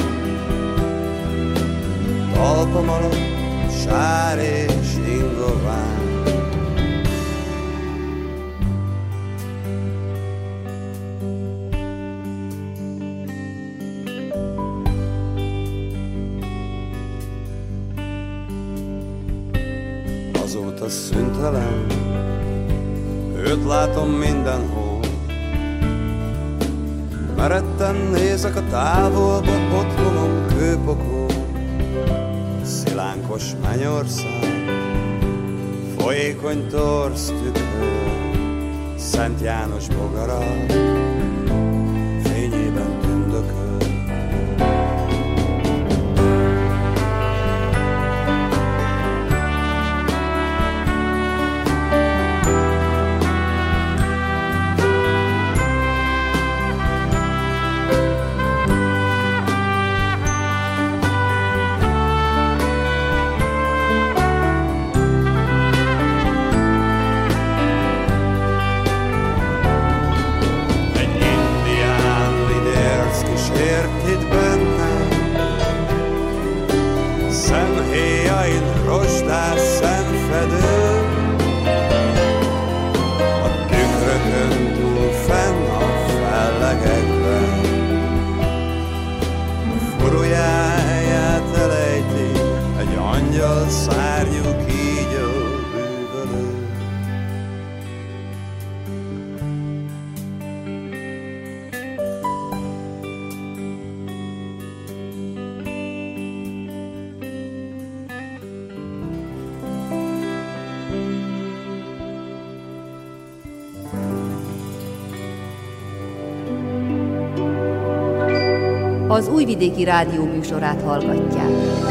talpam alatt sár és ingován. Azóta szüntelen, őt látom mindenhol. Meretten nézek a távolba, otthonom kőpokol. Szilánkos mennyország, folyékony torz tükör, Szent János bogara fényében tündököl. szárnyuk így a bűvölő. Az Újvidéki Rádió műsorát hallgatják.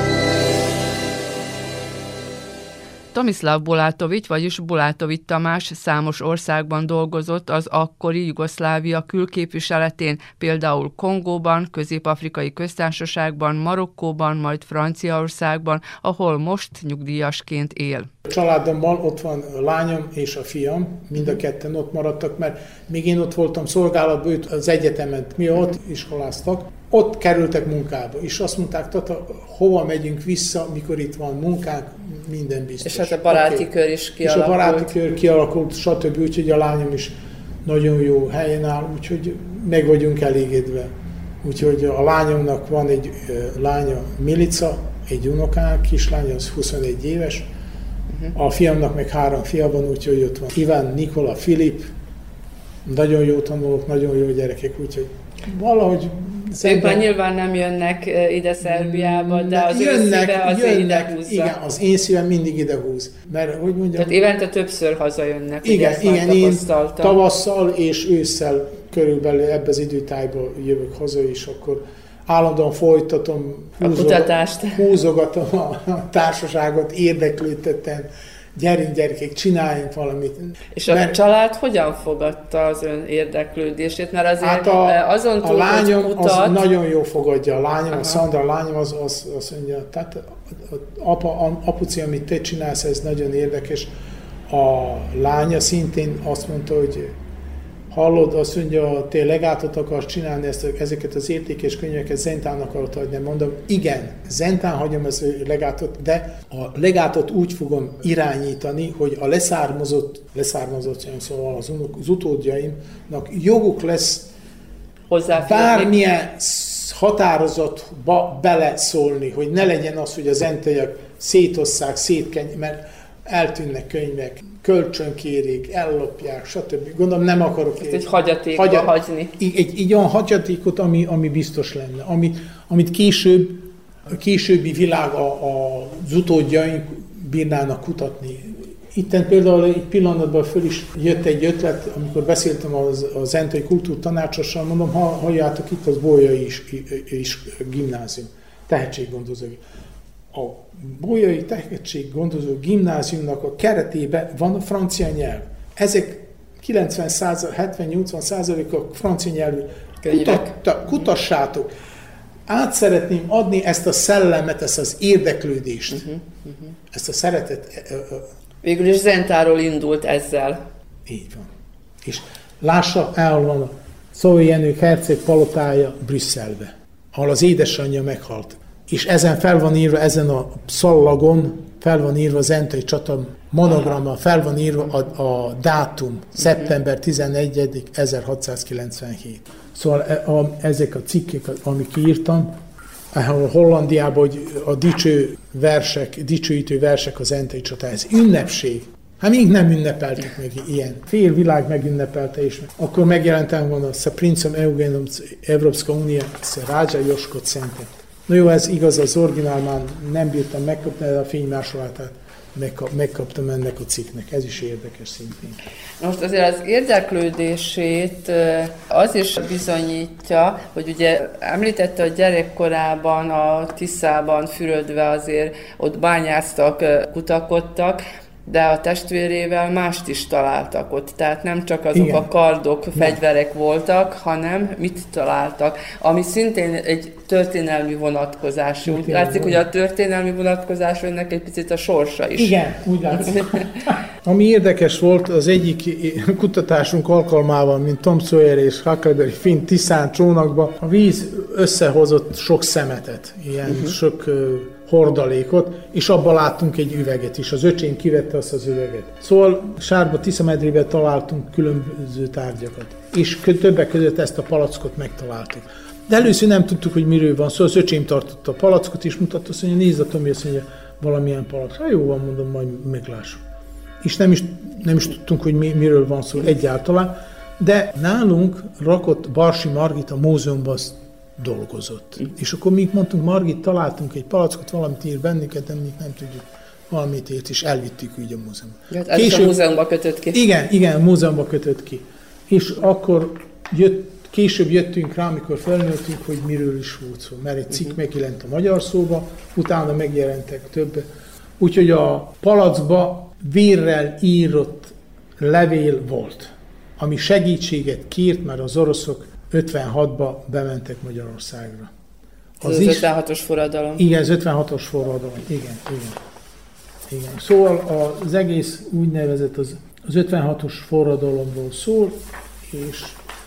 Tomislav Bulatovics, vagyis Bulatovics Tamás számos országban dolgozott az akkori Jugoszlávia külképviseletén, például Kongóban, Közép-Afrikai Köztársaságban, Marokkóban, majd Franciaországban, ahol most nyugdíjasként él. A családommal ott van a lányom és a fiam, mind a ketten ott maradtak, mert még én ott voltam szolgálatban, őt az egyetemen, mi ott iskoláztak, ott kerültek munkába, és azt mondták, tata, hova megyünk vissza, mikor itt van munkánk, minden biztos. És hát a baráti okay. kör is kialakult. És a baráti kör kialakult, stb. Úgyhogy a lányom is nagyon jó helyen áll, úgyhogy meg vagyunk elégedve. Úgyhogy a lányomnak van egy lánya, Milica, egy unokánk, kislánya, az huszonegy éves. Uh-huh. A fiamnak meg három fia van, úgyhogy ott van Iván, Nikola, Filip. Nagyon jó tanulók, nagyon jó gyerekek, úgyhogy valahogy... Ők már nyilván nem jönnek ide Szerbiába, de az jönnek, ő szíve azért ide húzza. Igen, az én szívem mindig ide húz. Mert, hogy mondjam... Tehát évente többször hazajönnek, igen, ugye igen, én tavasszal és ősszel körülbelül ebbe az időtájba jövök haza, és akkor állandóan folytatom, húzogat, húzogatom a társaságot, érdeklődtetem, gyerünk gyerekek, csináljunk valamit. És a mert, család hogyan fogadta az ön érdeklődését? Mert azért hát a, azon túl, a lányom hogy mutat... az nagyon jól fogadja. A lányom, aha. a Szandra, a lányom az, az, az mondja, tehát apa, apuci, amit te csinálsz, ez nagyon érdekes. A lánya szintén azt mondta, hogy hallod, azt mondja, te legátot akarsz csinálni, ezt, ezeket az értékes könyveket Zentán akarod hagyni. Mondom, igen, Zentán hagyom az legátot, de a legátot úgy fogom irányítani, hogy a leszármazott, leszármazott, szóval az, unok, az utódjaimnak joguk lesz bármilyen határozatba beleszólni, hogy ne legyen az, hogy a zentaiak szétosszák, szétkenjék, mert eltűnnek könyvek, kölcsönkérik, ellopják, stb. Gondolom nem akarok... Ezt egy hagyatékba hagyat, hagyni. Egy, egy, egy olyan hagyatékot, ami, ami biztos lenne, ami, amit később, a későbbi világ a, a, az utódjaink bírnának kutatni. Itten például egy pillanatban föl is jött egy ötlet, amikor beszéltem az, a zentai kultúrtanácsossal, mondom, ha halljátok, itt az Bolyai is, is gimnázium, tehetséggondozó. A Bolyai Tehetséggondozó Gimnáziumnak a keretében van a francia nyelv. Ezek kilencven hetven-nyolcvan százalék a francia nyelvű. Kutat, kutassátok! Át szeretném adni ezt a szellemet, ezt az érdeklődést, uh-huh, uh-huh. ezt a szeretet. Végül is Zentáról indult ezzel. Így van. És lássa, el van a Szóvai Jenő herceg palotája Brüsszelbe, ahol az édesanyja meghalt. És ezen fel van írva, ezen a szallagon fel van írva a zentai csata monogramma, fel van írva a, a dátum, szeptember tizenegyedike ezerhatszázkilencvenhét. Szóval a, ezek a cikkek, amik írtam, ahol Hollandiában, hogy a dicső versek, dicsőítő versek a zentai csata, ez ünnepség. Hát még nem ünnepeltük meg ilyen. Fél világ megünnepelte, és akkor megjelentem volna a Princom Eugenom Evropska Unia, Rádzsa Joskot Szente. Na jó, ez igaz, az originál már nem bírtam megkapni, de a fénymásolátát megkaptam ennek a cikknek. Ez is érdekes szintén. Most azért az érdeklődését az is bizonyítja, hogy ugye említette, hogy gyerekkorában a Tiszában fürödve azért ott bányáztak, kutakodtak, de a testvérével mást is találtak ott. Tehát nem csak azok igen. a kardok, fegyverek nem. voltak, hanem mit találtak. Ami szintén egy történelmi vonatkozású. Úgy látszik, hogy a történelmi vonatkozású ennek egy picit a sorsa is. Igen, úgy látszik. Ami érdekes volt, az egyik kutatásunk alkalmával, mint Tom Sawyer és Huckleberry Finn Tiszán csónakban, a víz összehozott sok szemetet, ilyen uh-huh. sok hordalékot, és abban láttunk egy üveget is. Az öcsém kivette azt az üveget. Szóval Sárba Tisza-medrében találtunk különböző tárgyakat. És többek között ezt a palackot megtaláltuk. De először nem tudtuk, hogy miről van szó. Szóval az öcsém tartotta a palackot, és mutatta, azt mondja, nézd a Tomi, azt mondja, valamilyen palack. Hát jó van, mondom, majd meglássuk. És nem is, nem is tudtunk, hogy mi, miről van szó egyáltalán, de nálunk rakott Barsi Margit a múzeumban dolgozott. Mm. És akkor mi mondtunk, Margit, találtunk egy palackot, valamit ír bennünket, de mi nem tudjuk, valamit írt, és elvittük úgy a múzeumba. Hát Később, a múzeumba kötött ki. Igen, igen, a múzeumba kötött ki. És akkor jött, később jöttünk rá, amikor felnőttünk, hogy miről is volt szó. Mert egy cikk uh-huh. megjelent a magyar szóba, utána megjelentek több. Úgyhogy a palackba vérrel írott levél volt, ami segítséget kért, mert az oroszok ötvenhatba bementek Magyarországra. Az, az is, ötvenhatos forradalom. Igen, az ötvenhatos forradalom. Igen, igen. igen. Szóval az egész úgynevezett az, az ötvenhatos forradalomról szól, és...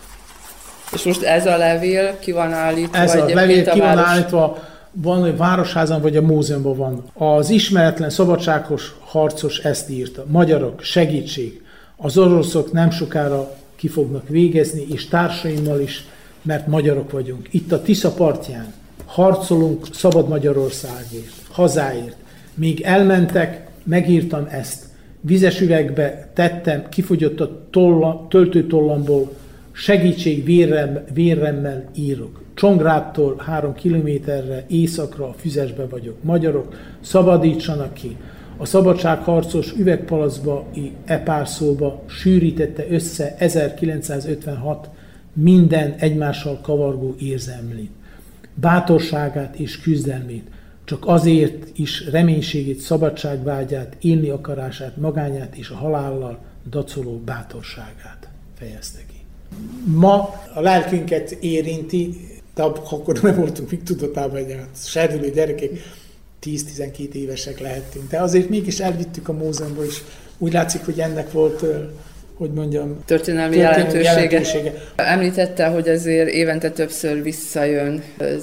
És most ez a levél ki van állítva? Ez a levél ki van város... állítva, van, hogy városházan vagy a múzeumban van. Az ismeretlen szabadságos harcos ezt írta. Magyarok, segítség! Az oroszok nem sokára ki fognak végezni, és társaimmal is, mert magyarok vagyunk. Itt a Tisza partján harcolunk szabad Magyarországért, hazáért. Míg elmentek, megírtam ezt. Vizes üvegbe tettem, kifogyott a tolla, töltőtollamból, segítség vérrem, vérremmel írok. Csongrádtól három kilométerre északra a Füzesbe vagyok. Magyarok, szabadítsanak ki! A szabadságharcos üvegpalacba, e pár szóba sűrítette össze ezerkilencszázötvenhat minden egymással kavargó érzelmét, bátorságát és küzdelmét, csak azért is reménységét, szabadságvágyát, élni akarását, magányát és a halállal dacoló bátorságát fejezte ki. Ma a lelkünket érinti, de akkor nem voltunk még tudatában, hogy a serdülő gyerekek tíz-tizenkét évesek lehettünk, de azért mégis elvittük a múzeumba, és úgy látszik, hogy ennek volt, hogy mondjam, történelmi, történelmi jelentősége. jelentősége. Említette, hogy ezért évente többször visszajön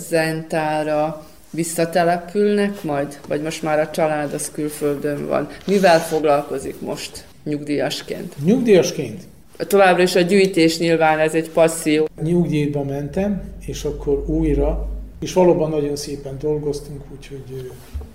Zentára, visszatelepülnek majd? Vagy most már a család az külföldön van? Mivel foglalkozik most nyugdíjasként? Nyugdíjasként? Továbbra is a gyűjtés nyilván, ez egy passzió. Nyugdíjba mentem, és akkor újra, és valóban nagyon szépen dolgoztunk, úgyhogy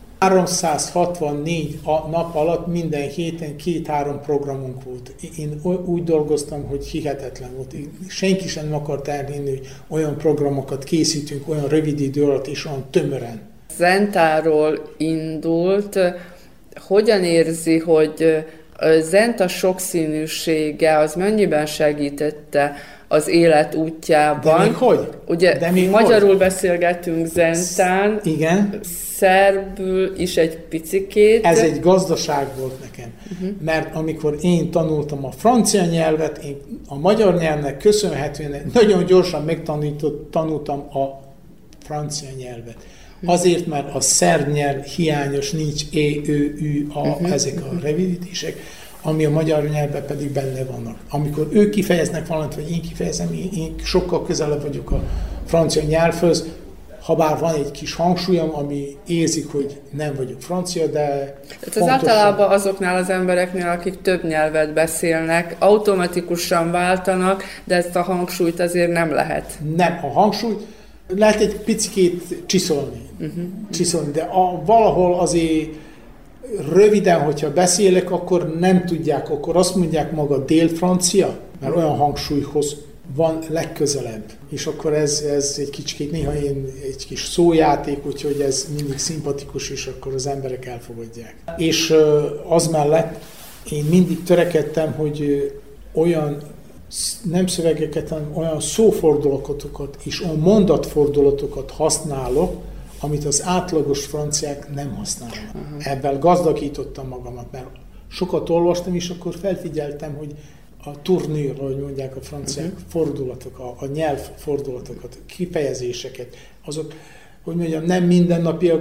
háromszázhatvannégy nap alatt minden héten két-három programunk volt. Én úgy dolgoztam, hogy hihetetlen volt. Senki sem akart elhinni, hogy olyan programokat készítünk olyan rövid idő alatt és olyan tömören. Zentáról indult. Hogyan érzi, hogy Zenta sokszínűsége az mennyiben segítette az élet útjában? De még hogy? Ugye De még magyarul hogy? beszélgetünk Zentán. Igen. Szerbül is egy picikét. Ez egy gazdaság volt nekem. Uh-huh. Mert amikor én tanultam a francia nyelvet, én a magyar nyelvnek köszönhetően nagyon gyorsan megtanultam a francia nyelvet. Azért, mert a szerb nyelv hiányos, nincs é, ő, ü, a, uh-huh. ezek a rövidítések, ami a magyar nyelvben pedig benne vannak. Amikor ők kifejeznek valamit, vagy én kifejezem, én, én sokkal közelebb vagyok a francia nyelvhöz, ha bár van egy kis hangsúlyom, ami érzik, hogy nem vagyok francia, de tehát az általában azoknál az embereknél, akik több nyelvet beszélnek, automatikusan váltanak, de ezt a hangsúlyt azért nem lehet. Nem, a hangsúlyt lehet egy picikét csiszolni, uh-huh. csiszolni, de a, valahol azért röviden, hogyha beszélek, akkor nem tudják, akkor azt mondják maga dél-francia, mert olyan hangsúlyhoz van legközelebb. És akkor ez, ez egy kicsit, néha én egy kis szójáték, úgyhogy ez mindig szimpatikus, és akkor az emberek elfogadják. És az mellett én mindig törekedtem, hogy olyan nem szövegeket, hanem olyan szófordulatokat és olyan mondatfordulatokat használok, amit az átlagos franciák nem használnak. Uh-huh. Ebben gazdagítottam magamat, mert sokat olvastam, és akkor felfigyeltem, hogy a tournure, ahogy mondják a franciák, uh-huh. fordulatok, a, a nyelv fordulatokat, kifejezéseket, azok, hogy mondjam, nem mindennapiak,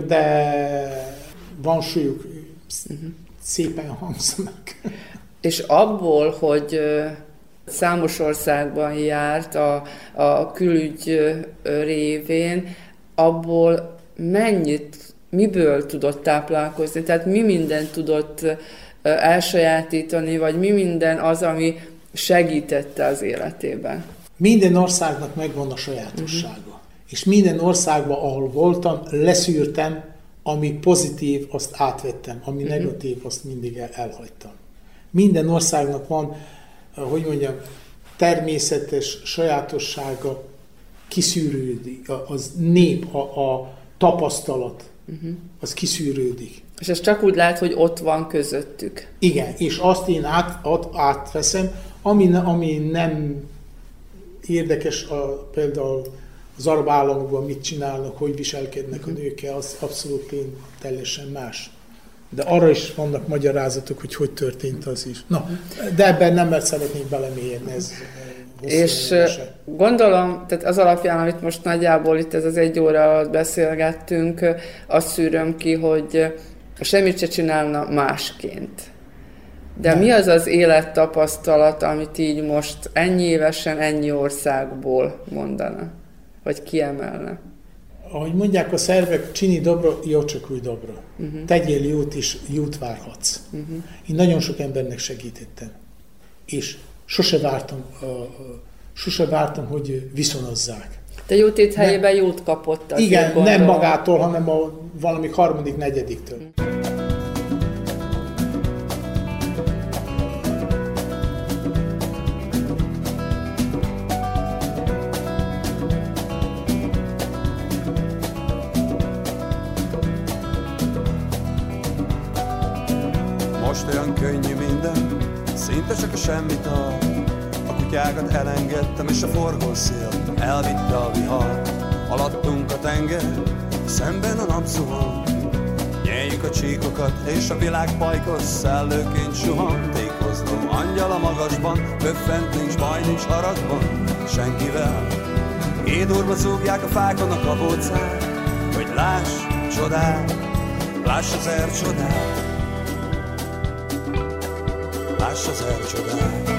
de van súlyuk, uh-huh. szépen hangzanak. És abból, hogy számos országban járt a, a külügy révén, abból mennyit, miből tudott táplálkozni, tehát mi mindent tudott elsajátítani, vagy mi minden az, ami segítette az életében? Minden országnak megvan a sajátossága. Uh-huh. És minden országban, ahol voltam, leszűrtem ami pozitív, azt átvettem, ami uh-huh. negatív, azt mindig el, elhagytam. Minden országnak van, hogy mondjam, természetes sajátossága, kiszűrődik, az nép, a, a tapasztalat, uh-huh. az kiszűrődik. És ez csak úgy lehet, hogy ott van közöttük. Igen, és azt én át, át, átveszem, ami, ami nem érdekes, a, például az arab államokban mit csinálnak, hogy viselkednek uh-huh. a nőkkel, az abszolút én teljesen más. De arra is vannak magyarázatok, hogy hogy történt az is. Na, de ebben nem szeretnék belemélyen, ez és gondolom, tehát az alapján, amit most nagyjából itt ez az egy óra alatt beszélgettünk, azt szűröm ki, hogy semmit se csinálna másként. De nem. Mi az az élettapasztalat, amit így most ennyi évesen, ennyi országból mondana, vagy kiemelne? Ahogy mondják a szervek, csini dobro, jó csak úgy dobro. Uh-huh. Tegyél jót is, jót várhatsz. Uh-huh. Én nagyon sok embernek segítettem. És sose vártam, uh, uh, sose vártam, hogy viszonozzák. Te jótét helyében jót kapott. Igen, nem magától, hanem a valami harmadik, negyediktől. Uh-huh. Most olyan könnyű minden, szinte csak a semmit ad. A kutyákat elengedtem, és a forgószél elvitte a vihar. Alattunk a tenger, szemben a nap zuhan. Nyeljük a csíkokat, és a világ pajkos szellőként suhan. Tékozló angyal a magasban, böffent, nincs baj, nincs haragban senkivel. Édurba zúgják a fákon a kabócát, hogy láss csodát, láss az er csodát. Láss az er csodát.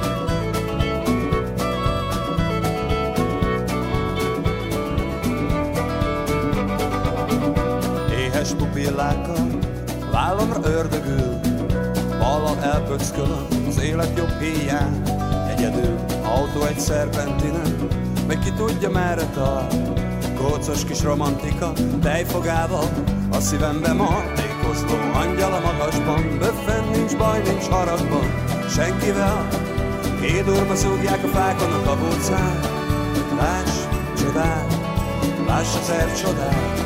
Éhes pupillákkal vállamra ördögül, ballal elpöckölöm az élet jobb híján. Egyedül autó egy szerpentinen, meg ki tudja merre tart. Kócos kis romantika tejfogával a szívembe mart. Tékozló angyal a magasban, böffen, nincs baj, nincs haragban senkivel. Édurba zúgják a fákon a kabócát, láss csodát, láss az er csodát,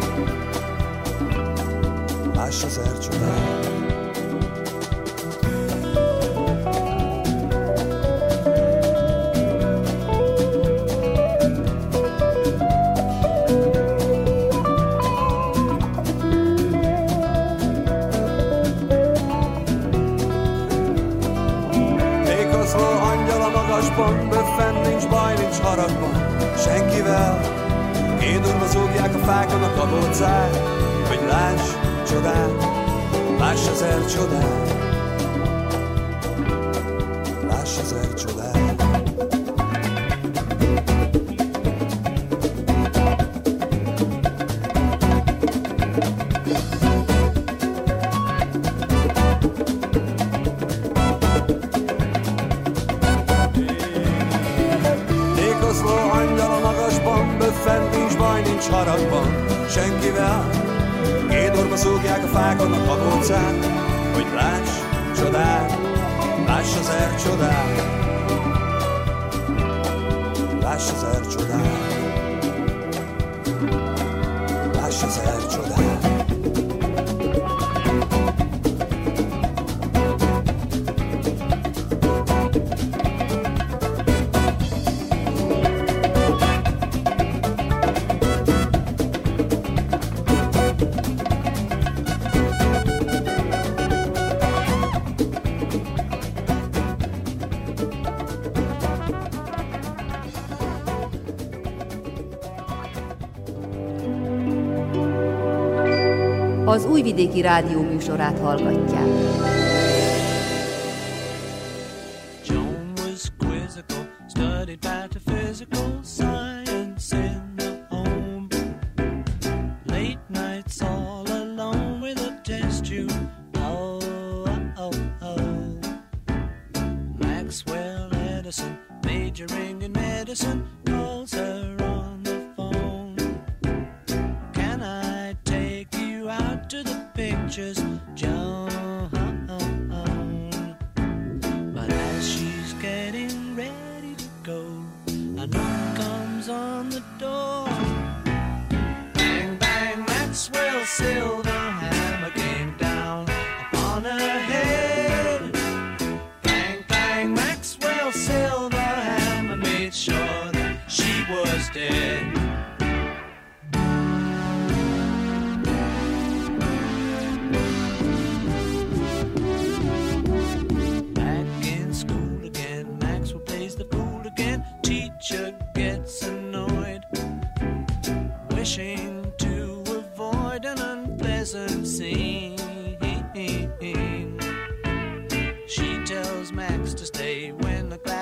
láss az er csodát. Böffen, nincs baj, nincs haragban senkivel. Édurba zúgják a fákon a kabócát, hogy láss csodát, láss az er csodát, láss az er csodát. Haragban senkivel. Édurba zúgják a fákon a kabócát, hogy láss csodát, láss az er csodát, láss az er csodát, láss az er csodát. Az Újvidéki Rádió műsorát hallgatják. Joan was quizzical, studied metaphysical science in the home. Late nights all alone with a test tube. Oh, oh, oh. Maxwell Edison, majoring in medicine, calls her on the phone. Can I take you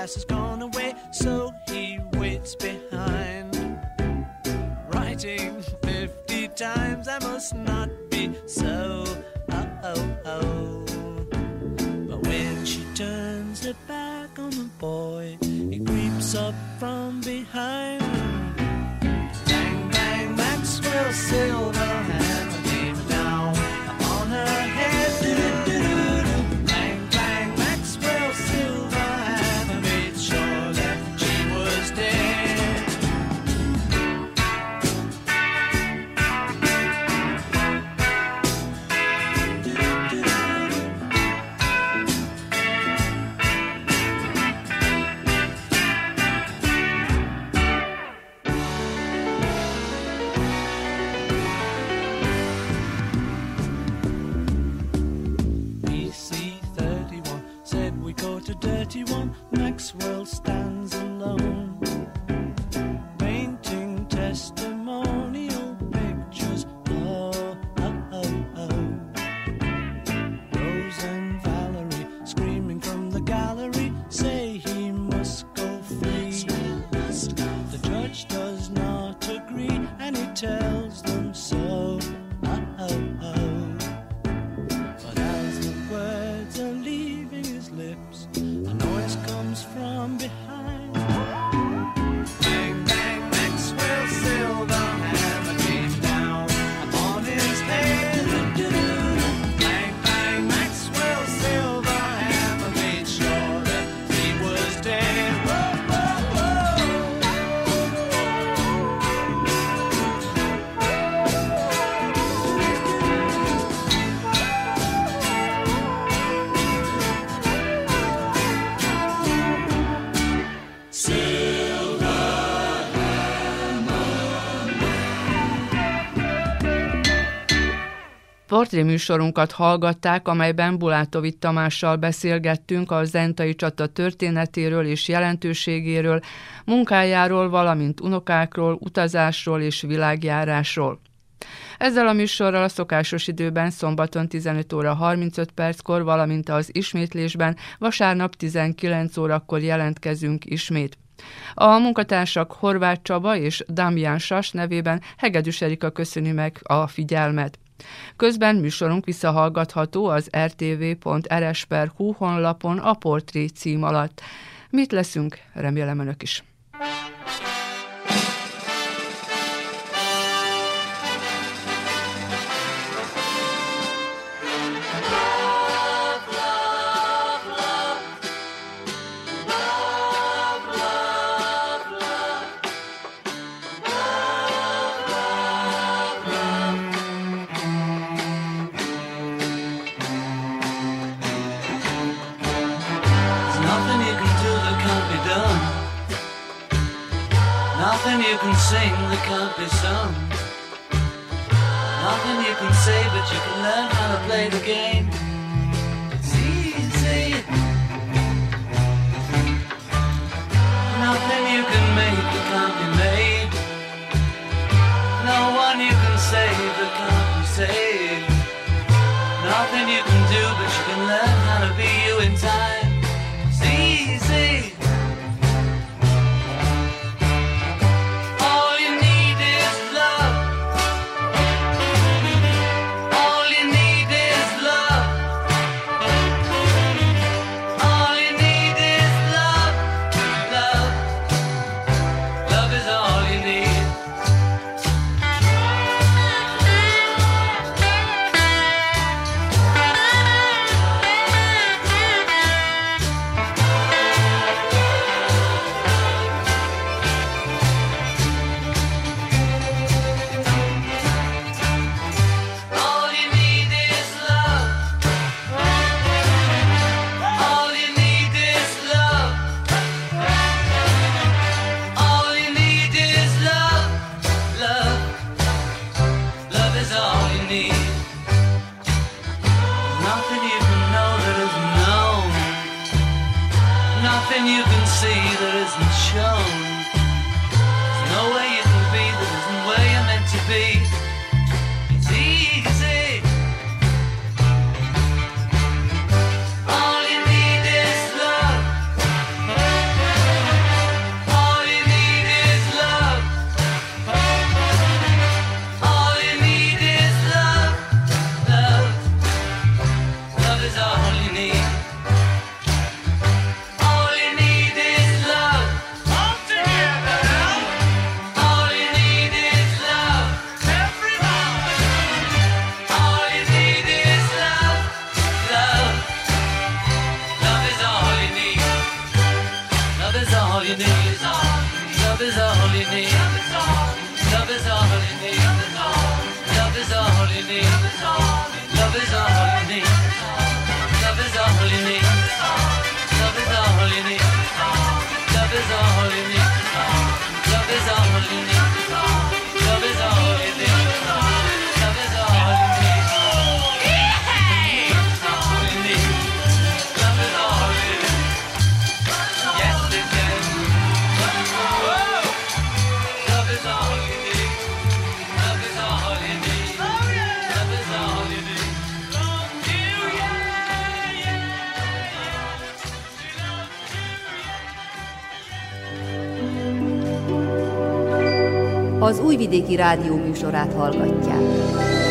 gas has gone away, so he waits behind. Writing fifty times, I must not be so. Oh, oh, oh. But when she turns her back on the boy, he creeps up from behind. Bang, bang, Maxwell Silverhammer came down on her head. Do-do-do-do-do. Bang, bang, Maxwell Silverhammer made sure that she was dead. Dirty one, Maxwell stands alone, painting testimonial pictures. Oh, oh, oh, oh. Rose and Valerie screaming from the gallery say he must go free. The judge does not agree and he tells them so. Oh, oh, oh. But as the words are leaving his lips, a noise comes from behind. Bang, bang, Maxwell Silverhammer came down upon his head. Bang, bang, Maxwell Silverhammer made sure that he was dead. Whoa, whoa, Portréműsorunkat hallgatták, amelyben Bulátovics Tamással beszélgettünk a zentai csata történetéről és jelentőségéről, munkájáról, valamint unokákról, utazásról és világjárásról. Ezzel a műsorral a szokásos időben szombaton tizenöt óra harmincöt perckor, valamint az ismétlésben vasárnap tizenkilenc órakor jelentkezünk ismét. A munkatársak Horváth Csaba és Damián Sas nevében Hegedűs Erika köszöni meg a figyelmet. Közben műsorunk visszahallgatható az er té vé pont er es pont hú honlapon a Portré cím alatt. Mit leszünk? Remélem önök is. Nothing you can sing that can't be sung. Nothing you can say, but you can learn how to play the game. It's easy. Nothing you can make that can't be made. No one you can save that can't be saved. Nothing you can do, but you can learn how to be you in time. It's easy. Nothing you can see that isn't shown. There's no way you can be that isn't where you're meant to be. It's easy. All you need is love. Love is all you need. All you need is love. All together now. All you need is love. Everybody. All you need is love. Love. Love is all you need. Love is all you need. Love is all you need. Love is all you need. Love is all you need. Love is all you need. Love is all you need. Love is all you need. Love is all you need. Love is all you need. Love is all you need. Love is all you need. All you need. Love is all you need. Yes, it is. Whoa. Love is all you need. Love is all you need. Love is all you need. Love you, yeah, yeah, yeah. She loves you, yeah. Az Újvidéki Rádió műsorát hallgatják.